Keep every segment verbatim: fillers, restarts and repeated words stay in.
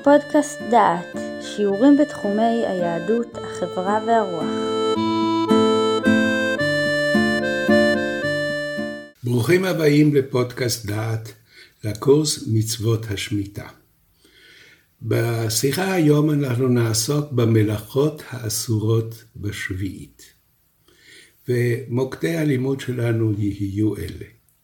פודקאסט דעת, שיעורים בתחומי היהדות, החברה והרוח. ברוכים הבאים לפודקאסט דעת, לקורס מצוות השמיטה. בשיחה היום אנחנו נעסוק במלאכות האסורות בשביעית. ומוקדי הלימוד שלנו יהיו אלה.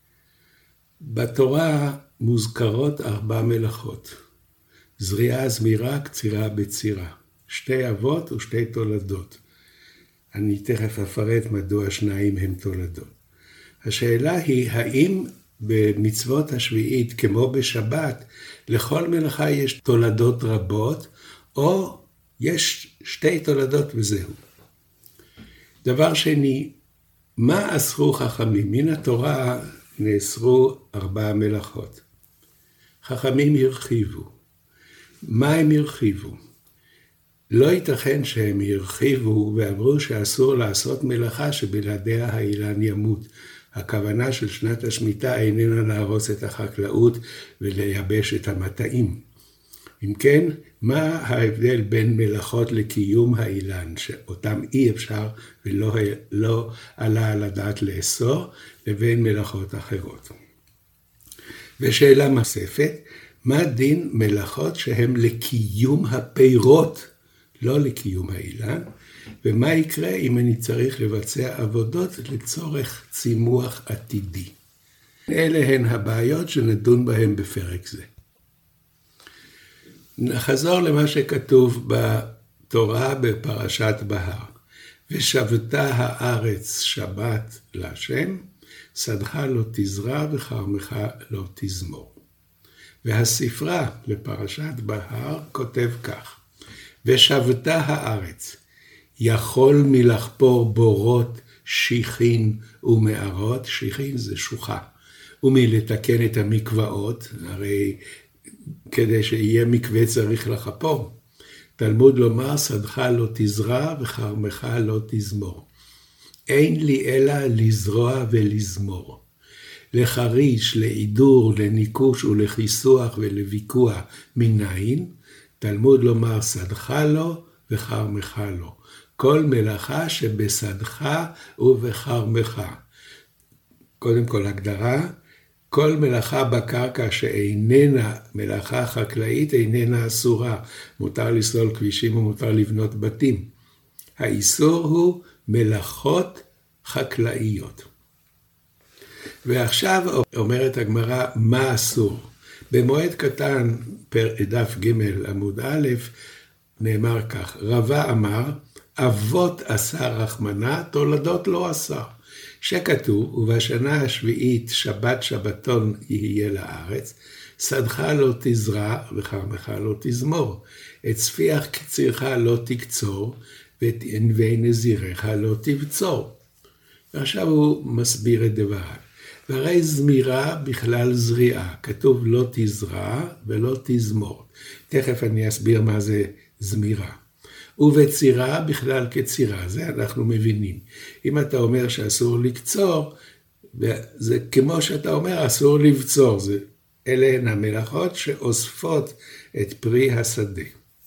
בתורה מוזכרות ארבע מלאכות. זריעה, זמירה, קצירה, בצירה. שתי אבות ושתי תולדות. אני תכף אפרט מדוע שניים הם תולדות. השאלה היא, האם במצוות השביעית, כמו בשבת, לכל מלאכה יש תולדות רבות, או יש שתי תולדות וזהו. דבר שני, מה אסרו חכמים? מן התורה נאסרו ארבע מלאכות. חכמים הרחיבו. מה הם הרחיבו? לא ייתכן שהם הרחיבו ואמרו שאסור לעשות מלאכה שבלעדיה האילן ימות. הכוונה של שנת השמיטה איננה להרוס את החקלאות ולייבש את המטעים. אם כן, מה ההבדל בין מלאכות לקיום האילן, שאותם אי אפשר ולא לא עלה על הדעת לאסור, לבין מלאכות אחרות? ושאלה נוספת, מה דין מלאכות שהן לקיום הפירות, לא לקיום האילן, ומה יקרה אם אני צריך לבצע עבודות לצורך צימוח עתידי? אלה הן הבעיות שנדון בהן בפרק זה. נחזור למה שכתוב בתורה בפרשת בהר. ושבתה הארץ שבת להשם, שדך לא תזרע וכרמך לא תזמור. והספרה לפרשת בהר כותב כך, ושבתה הארץ, יכול מלחפור בורות, שיחין ומערות, שיחין זה שוחה, ומלתקן את המקוואות, הרי כדי שיהיה מקווה צריך לחפור. תלמוד לומר, שדך לא תזרע וכרמך לא תזמור. אין לי אלא לזרוע ולזמור. לחריש, לעידור, לניקוש ולכיסוח ולוויכוח מניין, תלמוד לומר, שדך לא וכרמך לא. כל מלאכה שבשדך ובכרמך. קודם כל הגדרה, כל מלאכה בקרקע שאיננה מלאכה חקלאית איננה אסורה. מותר לסלול כבישים ומותר לבנות בתים. האיסור הוא מלאכות חקלאיות. ועכשיו אומרת הגמרא, מה אסור? במועד קטן, דף ג' עמוד א', נאמר כך, רבה אמר, אבות עשה רחמנה, תולדות לא עשה. שכתוב, ובשנה השביעית שבת שבתון יהיה לארץ, שדך לא תזרע וכרמך לא תזמור. את ספיח קצירך לא תקצור, ואת ענבי נזירך לא תבצור. ועכשיו הוא מסביר את דבריו. והרי זמירה בכלל זריעה, כתוב לא תזרע ולא תזמור. תכף אני אסביר מה זה זמירה. ובצירה בכלל כצירה, זה אנחנו מבינים. אם אתה אומר שאסור לקצור, זה כמו שאתה אומר אסור לבצור, זה, אלה הן המלאכות שאוספות את פרי השדה.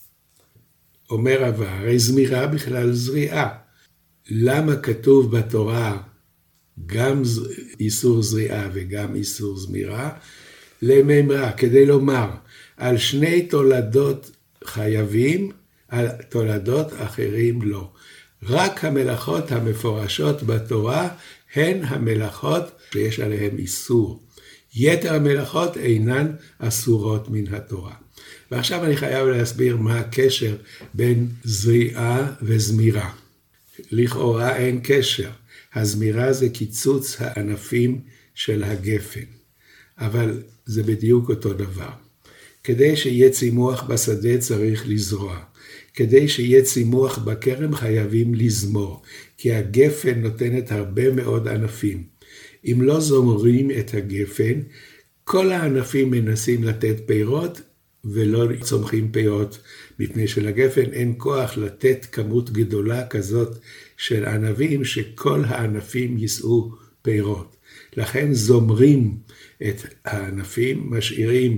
אומר רבה, הרי זמירה בכלל זריעה. למה כתוב בתורה גם איסור זריעה וגם איסור זמירה? לממרה, כדי לומר, על שני תולדות חייבים, על תולדות אחרים לא. רק המלאכות המפורשות בתורה הן המלאכות שיש עליהן איסור. יתר המלאכות אינן אסורות מן התורה. ועכשיו אני חייב להסביר מה הקשר בין זריעה וזמירה. לכאורה אין קשר. הזמירה זה קיצוץ הענפים של הגפן. אבל זה בדיוק אותו דבר. כדי שיהיה צימוח בשדה צריך לזרוע. כדי שיהיה צימוח בכרם חייבים לזמור, כי הגפן נותנת הרבה מאוד ענפים. אם לא זומרים את הגפן, כל הענפים מנסים לתת פירות, ולא צומחים פירות, מפני שלגפן אין כוח לתת כמות גדולה כזאת של ענבים, שכל הענפים יישאו פירות. לכן זומרים את הענפים, משאירים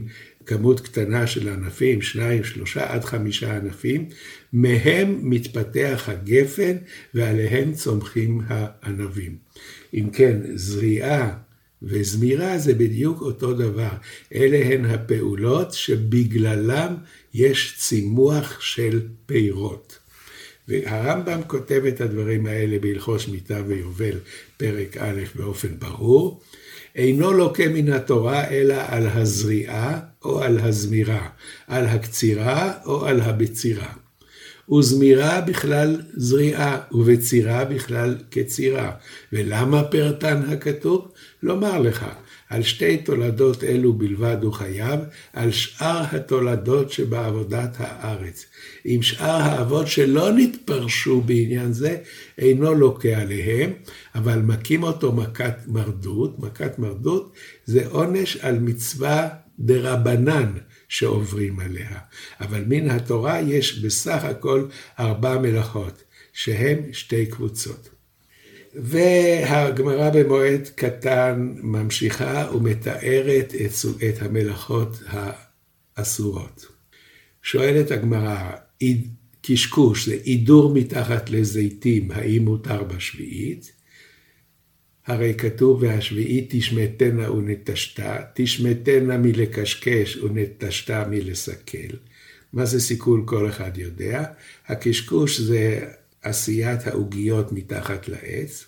כמות קטנה של ענפים, שניים, שלושה עד חמישה ענפים, מהם מתפתח הגפן ועליהם צומחים הענבים. אם כן, זריעה וזמירה זה בדיוק אותו דבר. אלה הן הפעולות שבגללם יש צימוח של פירות. והרמב"ם כותב את הדברים האלה בהלכות שמיטה ויובל, פרק א' באופן ברור. אינו לוקה מן התורה אלא על הזריעה או על הזמירה, על הקצירה או על הבצירה. וזמירה בכלל זריעה, ובצירה בכלל קצירה. ולמה פרטן הכתוב? לומר לך, על שתי תולדות אלו בלבד הוא חייב, על שאר התולדות שבעבודת הארץ. עם שאר האבות שלא נתפרשו בעניין זה, אינו לוקה עליהם, אבל מקים אותו מכת מרדות. מכת מרדות זה עונש על מצווה דרבנן שעוברים עליה. אבל מן התורה יש בסך הכל ארבע מלאכות, שהן שתי קבוצות. והגמרא במועד קטן ממשיכה ומתארת את, את המלאכות האסורות. שואלת הגמרא, קשקוש זה עידור מתחת לזיתים, האם מותר בשביעית? הרי כתוב והשביעית תשמטנה ונטשתה, תשמטנה מלקשקש ונטשתה מלסכל. מה זה סיכול כל אחד יודע? הקשקוש זה עשיית העוגיות מתחת לעץ.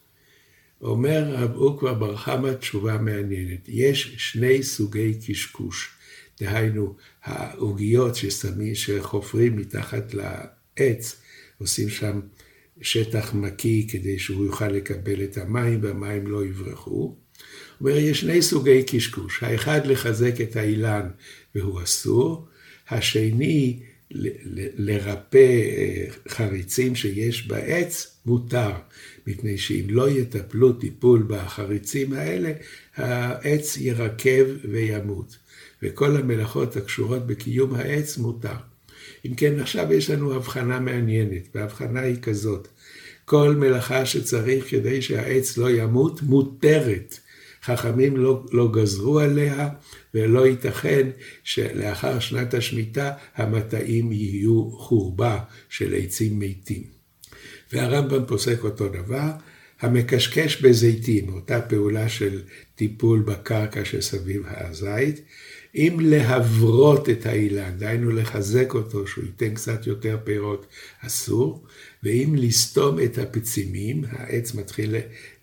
אומר רב אוקווה בר חמא תשובה מעניינת. יש שני סוגי קשקוש. דהיינו, העוגיות ששמים, שחופרים מתחת לעץ, עושים שם שטח מקי כדי שהוא יוכל לקבל את המים והמים לא יברחו. אומר, יש שני סוגי קשקוש. האחד לחזק את האילן והוא אסור. השני ל- ל- לרפא חריצים שיש בעץ מותר. מפני שאם לא יטפלו טיפול בחריצים האלה, העץ ירקב וימות. וכל המלאכות הקשורות בקיום העץ מותר. אם כן, עכשיו יש לנו הבחנה מעניינת, וההבחנה היא כזאת. כל מלאכה שצריך כדי שהעץ לא ימות, מותרת. חכמים לא, לא גזרו עליה, ולא ייתכן שלאחר שנת השמיטה, המטעים יהיו חורבה של עצים מתים. והרמב"ם פוסק אותו דבר, המקשקש בזיתים, אותה פעולה של טיפול בקרקע שסביב הזית, אם להברות את האילן, דהיינו לחזק אותו, שהוא ייתן קצת יותר פירות, אסור, ואם לסתום את הפצימים, העץ מתחיל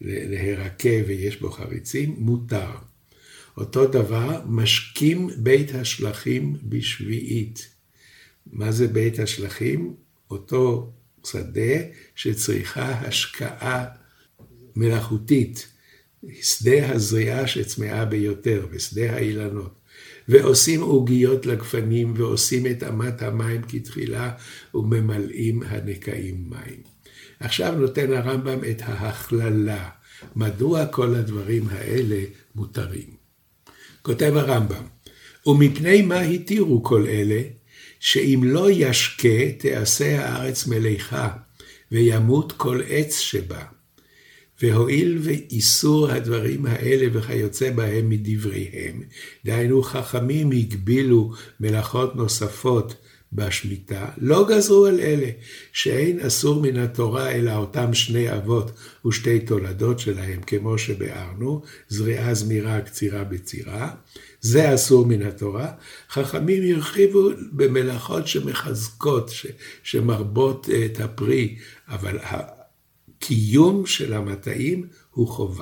להירקב ויש בו חריצים, מותר. אותו דבר, משקים בית השלכים בשביעית. מה זה בית השלכים? אותו שדה שצריכה השקעה מלאכותית, שדה הזריעה שצמאה ביותר, ושדה האילנות. ועושים עוגיות לגפנים, ועושים את אמת המים כתחילה, וממלאים הנקעים מים. עכשיו נותן הרמב"ם את ההכללה. מדוע כל הדברים האלה מותרים? כותב הרמב"ם, ומפני מה התירו כל אלה? שאם לא ישקה, תעשה הארץ מליחה, וימות כל עץ שבה. והואיל ואיסור הדברים האלה וכיוצא בהם מדבריהם, דהיינו חכמים הגבילו מלאכות נוספות בשמיטה, לא גזרו על אלה, שאין אסור מן התורה אלא אותם שני אבות ושתי תולדות שלהם, כמו שבארנו, זריעה זמירה, קצירה בצירה, זה אסור מן התורה. חכמים הרחיבו במלאכות שמחזקות, ש, שמרבות את הפרי, אבל קיום של המטעים הוא חובה.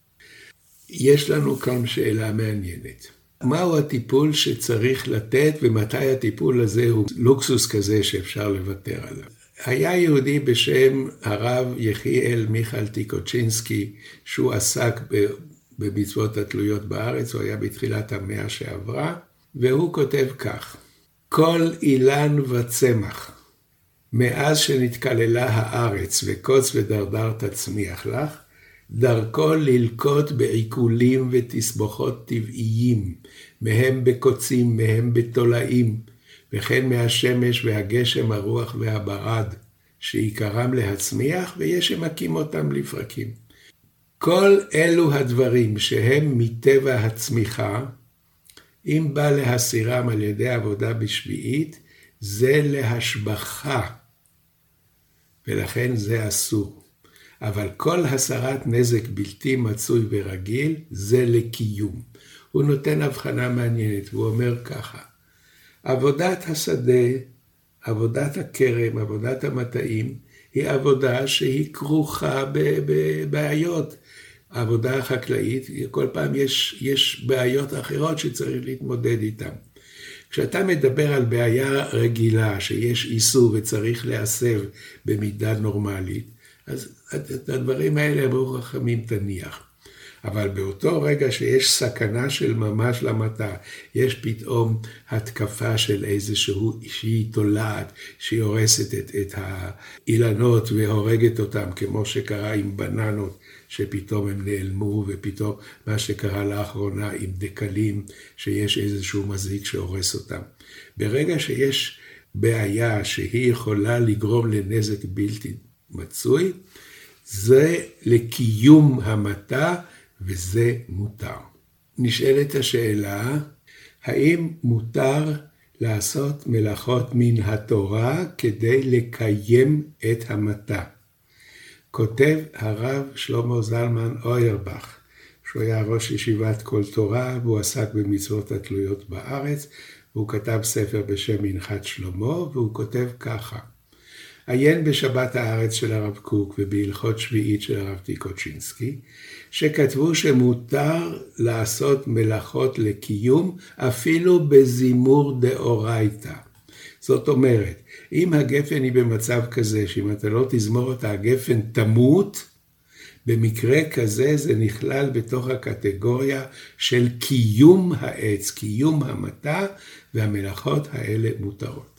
יש לנו כאן שאלה מעניינת. מהו הטיפול שצריך לתת ומתי הטיפול הזה הוא לוקסוס כזה שאפשר לוותר עליו? היה יהודי בשם הרב יחיאל מיכל טיקוצ'ינסקי, שהוא עסק במצוות התלויות בארץ, הוא היה בתחילת המאה שעברה, והוא כותב כך: כל אילן וצמח, מאז שנתקללה הארץ וקוץ ודרדר תצמיח לך, דרכו ללקוט בעיקולים ותסבוכות טבעיים, מהם בקוצים, מהם בתולעים, וכן מהשמש והגשם, הרוח והברד, שעיקרם להצמיח ויש שמקים אותם לפרקים. כל אלו הדברים שהם מטבע הצמיחה, אם בא להסירם על ידי עבודה בשביעית, זה להשבחה, ולכן זה אסור. אבל כל הסרת נזק בלתי מצוי ורגיל, זה לקיום. הוא נותן הבחנה מעניינת, והוא אומר ככה, עבודת השדה, עבודת הכרם, עבודת המטעים, היא עבודה שהיא כרוכה בבעיות. העבודה החקלאית, כל פעם יש, יש בעיות אחרות שצריך להתמודד איתן. כשאתה מדבר על בעיה רגילה, שיש איסור וצריך להסב במידה נורמלית, אז את הדברים האלה אמרו חכמים תניח. אבל באותו רגע שיש סכנה של ממש למטה, יש פתאום התקפה של איזשהו, שהיא תולעת, שהיא הורסת את, את האילנות והורגת אותם, כמו שקרה עם בננות, שפתאום הם נעלמו, ופתאום מה שקרה לאחרונה עם דקלים, שיש איזשהו מזיק שהורס אותם. ברגע שיש בעיה שהיא יכולה לגרום לנזק בלתי מצוי, זה לקיום המטה, וזה מותר. נשאלת השאלה, האם מותר לעשות מלאכות מן התורה כדי לקיים את המטה? כותב הרב שלמה זלמן אוירבך, שהוא היה ראש ישיבת כל תורה, והוא עסק במצוות התלויות בארץ, והוא כתב ספר בשם מנחת שלמה, והוא כותב ככה, עיין בשבת הארץ של הרב קוק ובהלכות שביעית של הרב טיקוצ'ינסקי, שכתבו שמותר לעשות מלאכות לקיום אפילו בזימור דאורייתא. זאת אומרת, אם הגפן היא במצב כזה, שאם אתה לא תזמור אותה, הגפן תמות, במקרה כזה זה נכלל בתוך הקטגוריה של קיום העץ, קיום המטה, והמלאכות האלה מותרות.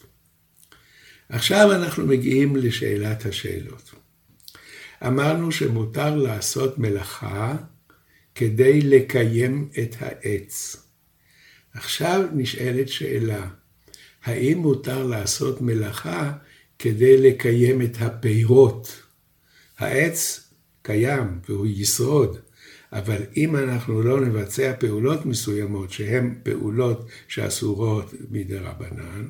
עכשיו אנחנו מגיעים לשאלת השאלות. אמרנו שמותר לעשות מלאכה כדי לקיים את העץ. עכשיו נשאלת שאלה, האם מותר לעשות מלאכה כדי לקיים את הפירות? העץ קיים והוא ישרוד, אבל אם אנחנו לא נבצע פעולות מסוימות שהן פעולות שאסורות מדרבנן,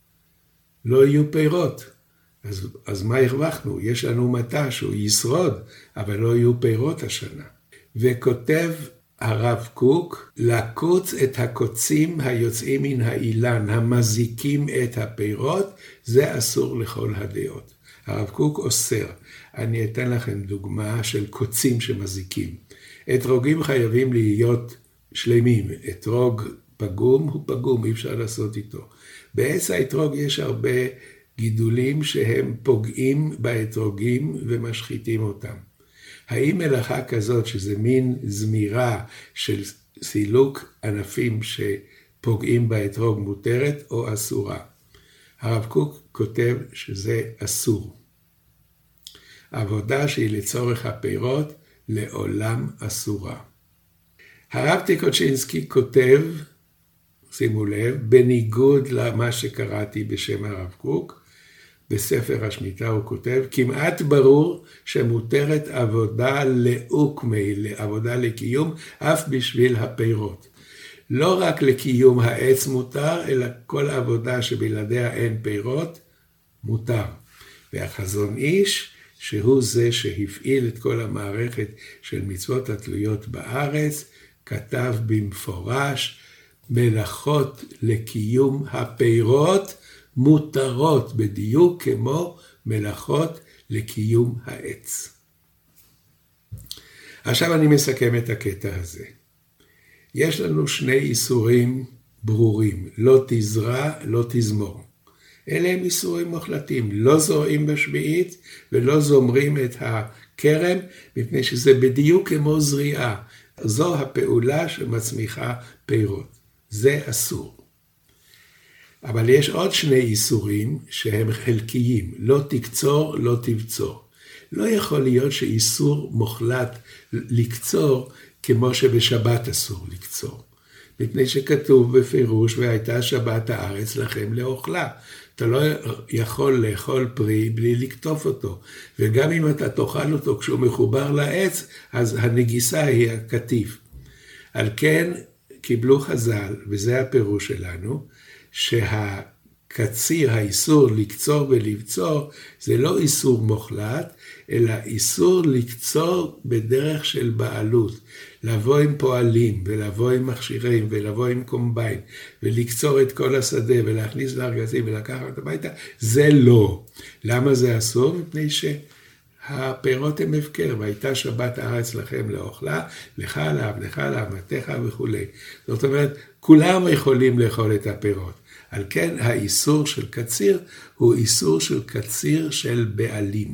לא יהיו פירות. אז, אז מה הרווחנו? יש לנו מטה שהוא ישרוד, אבל לא יהיו פירות השנה. וכותב הרב קוק, לקוץ את הקוצים היוצאים מן האילן, המזיקים את הפירות, זה אסור לכל הדעות. הרב קוק אוסר. אני אתן לכם דוגמה של קוצים שמזיקים. אתרוגים חייבים להיות שלמים. אתרוג פגום הוא פגום, אי אפשר לעשות איתו. בעץ האתרוג יש הרבה גידולים שהם פוגעים באתרוגים ומשחיתים אותם. האם מלאכה כזאת, שזה מין זמירה של סילוק ענפים שפוגעים באתרוג, מותרת או אסורה? הרב קוק כותב שזה אסור. עבודה שהיא לצורך הפירות לעולם אסורה. הרב טיקוצ'ינסקי כותב, שימו לב, בניגוד למה שקראתי בשם הרב קוק, בספר השמיטה הוא כותב, כמעט ברור שמותרת עבודה לאוקמי, לעבודה לקיום, אף בשביל הפירות. לא רק לקיום העץ מותר, אלא כל עבודה שבלעדיה אין פירות, מותר. והחזון איש, שהוא זה שהפעיל את כל המערכת של מצוות התלויות בארץ, כתב במפורש, מלאכות לקיום הפירות מותרות בדיוק כמו מלאכות לקיום העץ. עכשיו אני מסכם את הקטע הזה. יש לנו שני איסורים ברורים, לא תזרע, לא תזמור. אלה הם איסורים מוחלטים, לא זורעים בשביעית ולא זומרים את הכרם, מפני שזה בדיוק כמו זריעה. זו הפעולה שמצמיחה פירות. זה אסור. אבל יש עוד שני איסורים שהם חלקיים, לא תקצור, לא תבצור. לא יכול להיות שאיסור מוחלט לקצור כמו שבשבת אסור לקצור. מפני שכתוב בפירוש, והייתה שבת הארץ לכם לאוכלה. אתה לא יכול לאכול פרי בלי לקטוף אותו. וגם אם אתה תאכל אותו כשהוא מחובר לעץ, אז הנגיסה היא הקטיף. על כן, קיבלו חז"ל, וזה הפירוש שלנו, שהקציר, האיסור לקצור ולבצור, זה לא איסור מוחלט, אלא איסור לקצור בדרך של בעלות. לבוא עם פועלים, ולבוא עם מכשירים, ולבוא עם קומביין, ולקצור את כל השדה, ולהכניס לארגזים, ולקחת הביתה, זה לא. למה זה אסור? מפני ש... הפירות הם הפקר, והייתה שבת הארץ לכם לאוכלה, לך עליו, לך עליו, מתך וכו'. זאת אומרת, כולם יכולים לאכול את הפירות. על כן, האיסור של קציר הוא איסור של קציר של בעלים.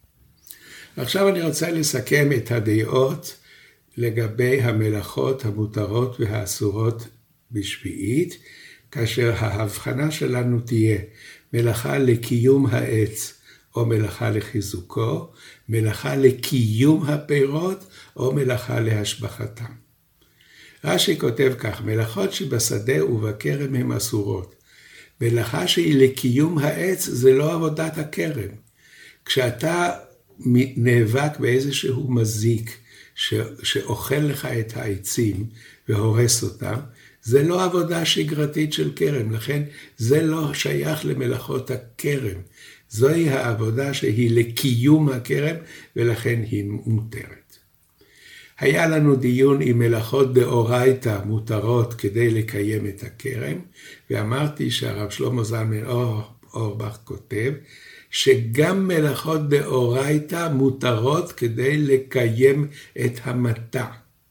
עכשיו אני רוצה לסכם את הדעות לגבי המלאכות המותרות והאסורות בשביעית, כאשר ההבחנה שלנו תהיה מלאכה לקיום העץ, או מלאכה לחיזוקו, מלאכה לקיום הפירות, או מלאכה להשבחתם. רש"י כותב כך, מלאכות שבשדה ובכרם הן אסורות. מלאכה שהיא לקיום העץ זה לא עבודת הכרם. כשאתה נאבק באיזשהו מזיק ש... שאוכל לך את העצים והורס אותם, זה לא עבודה שגרתית של כרם, לכן זה לא שייך למלאכות הכרם. זוהי העבודה שהיא לקיום הכרם, ולכן היא מותרת. היה לנו דיון עם מלאכות דאורייתא מותרות כדי לקיים את הכרם, ואמרתי שהרב שלמה זלמן אורבך כותב, שגם מלאכות דאורייתא מותרות כדי לקיים את המטע,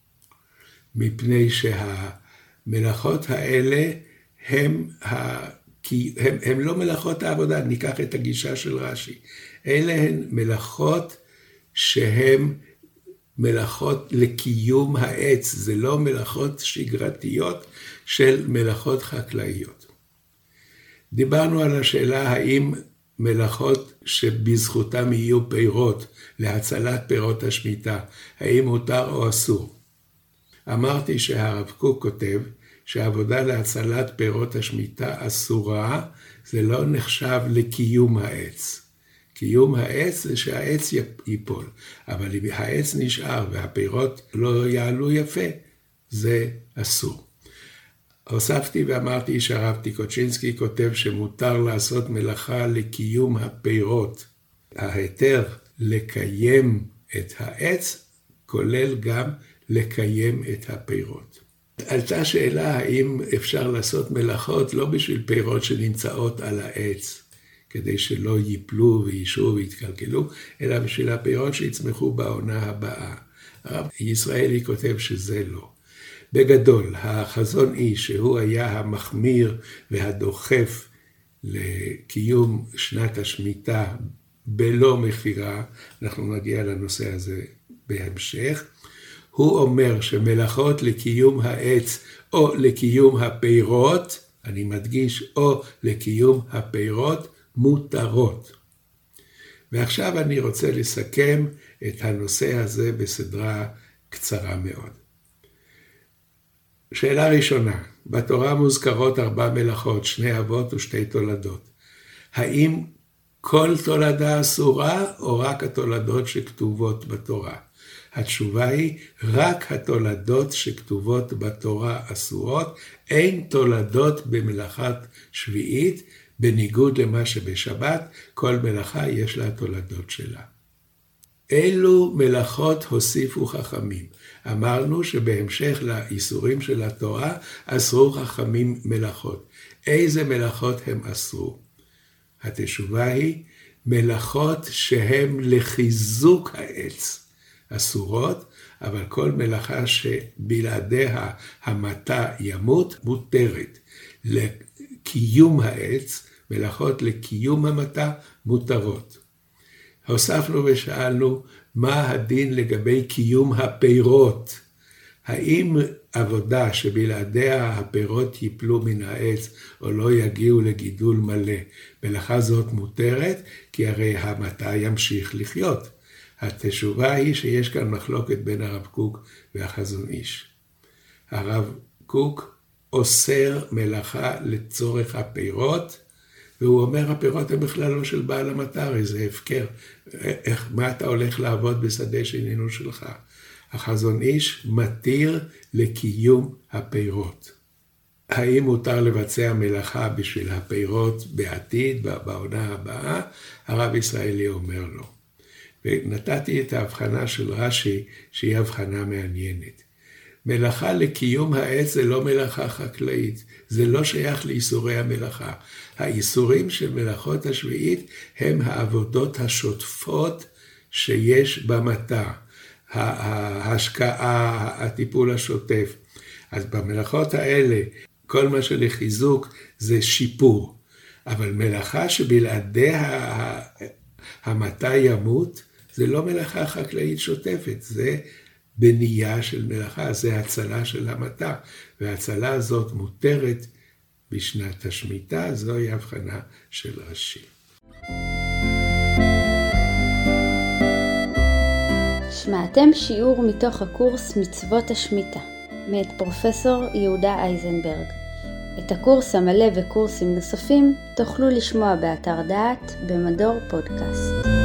מפני שהמלאכות האלה הם ה... כי הם, הם לא מלאכות העבודה, ניקח את הגישה של רש"י. אלה הן מלאכות שהן מלאכות לקיום העץ, זה לא מלאכות שגרתיות של מלאכות חקלאיות. דיברנו על השאלה האם מלאכות שבזכותם יהיו פירות, להצלת פירות השמיטה, האם מותר או אסור. אמרתי שהרב קוק כותב, שהעבודה להצלת פירות השמיטה אסורה, זה לא נחשב לקיום העץ. קיום העץ זה שהעץ ייפול, אבל אם העץ נשאר והפירות לא יעלו יפה, זה אסור. הוספתי ואמרתי שהרב טיקוצ'ינסקי כותב שמותר לעשות מלאכה לקיום הפירות. ההיתר לקיים את העץ כולל גם לקיים את הפירות. עלתה שאלה האם אפשר לעשות מלאכות לא בשביל פירות שנמצאות על העץ, כדי שלא ייפלו וישרו ויתקלקלו, אלא בשביל הפירות שיצמחו בעונה הבאה. הרב ישראלי כותב שזה לא. בגדול, החזון איש שהוא היה המחמיר והדוחף לקיום שנת השמיטה בלא מחירה, אנחנו נגיע לנושא הזה בהמשך, הוא אומר שמלאכות לקיום העץ או לקיום הפירות, אני מדגיש, או לקיום הפירות מותרות. ועכשיו אני רוצה לסכם את הנושא הזה בסדרה קצרה מאוד. שאלה ראשונה, בתורה מוזכרות ארבע מלאכות, שני אבות ושתי תולדות. האם כל תולדה אסורה או רק התולדות שכתובות בתורה? התשובה היא, רק התולדות שכתובות בתורה אסורות, אין תולדות במלאכת שביעית, בניגוד למה שבשבת, כל מלאכה יש לה תולדות שלה. אילו מלאכות הוסיפו חכמים? אמרנו שבהמשך לאיסורים של התורה, אסרו חכמים מלאכות. איזה מלאכות הם אסרו? התשובה היא, מלאכות שהן לחיזוק העץ. אסורות, אבל כל מלאכה שבלעדיה המטע ימות מותרת. לקיום העץ, מלאכות לקיום המטע מותרות. הוספנו ושאלנו מה הדין לגבי קיום הפירות. האם עבודה שבלעדיה הפירות ייפלו מן העץ או לא יגיעו לגידול מלא, מלאכה זאת מותרת, כי הרי המטע ימשיך לחיות. התשובה היא שיש כאן מחלוקת בין הרב קוק והחזון איש. הרב קוק אוסר מלאכה לצורך הפירות, והוא אומר הפירות הם בכלל לא של בעל המטע, זה הפקר. איך, מה אתה הולך לעבוד בשדה שאיננו שלך? החזון איש מתיר לקיום הפירות. האם מותר לבצע מלאכה בשביל הפירות בעתיד, בעונה הבאה? הרב ישראלי אומר לו. ונתתי את ההבחנה של רש"י, שהיא הבחנה מעניינת. מלאכה לקיום העץ זה לא מלאכה חקלאית, זה לא שייך לאיסורי המלאכה. האיסורים של מלאכות השביעית הם העבודות השוטפות שיש במטע, ההשקעה, הטיפול השוטף. אז במלאכות האלה, כל מה שלחיזוק זה שיפור. אבל מלאכה שבלעדיה המטע ימות, זה לא מלאכה חקלאית שוטפת, זה בנייה של מלאכה, זה הצלה של המטע, וההצלה הזאת מותרת בשנת השמיטה, זוהי הבחנה של רש"י. שמעתם שיעור מתוך הקורס מצוות השמיטה, מאת פרופסור יהודה אייזנברג. את הקורס המלא וקורסים נוספים תוכלו לשמוע באתר דעת במדור פודקאסט.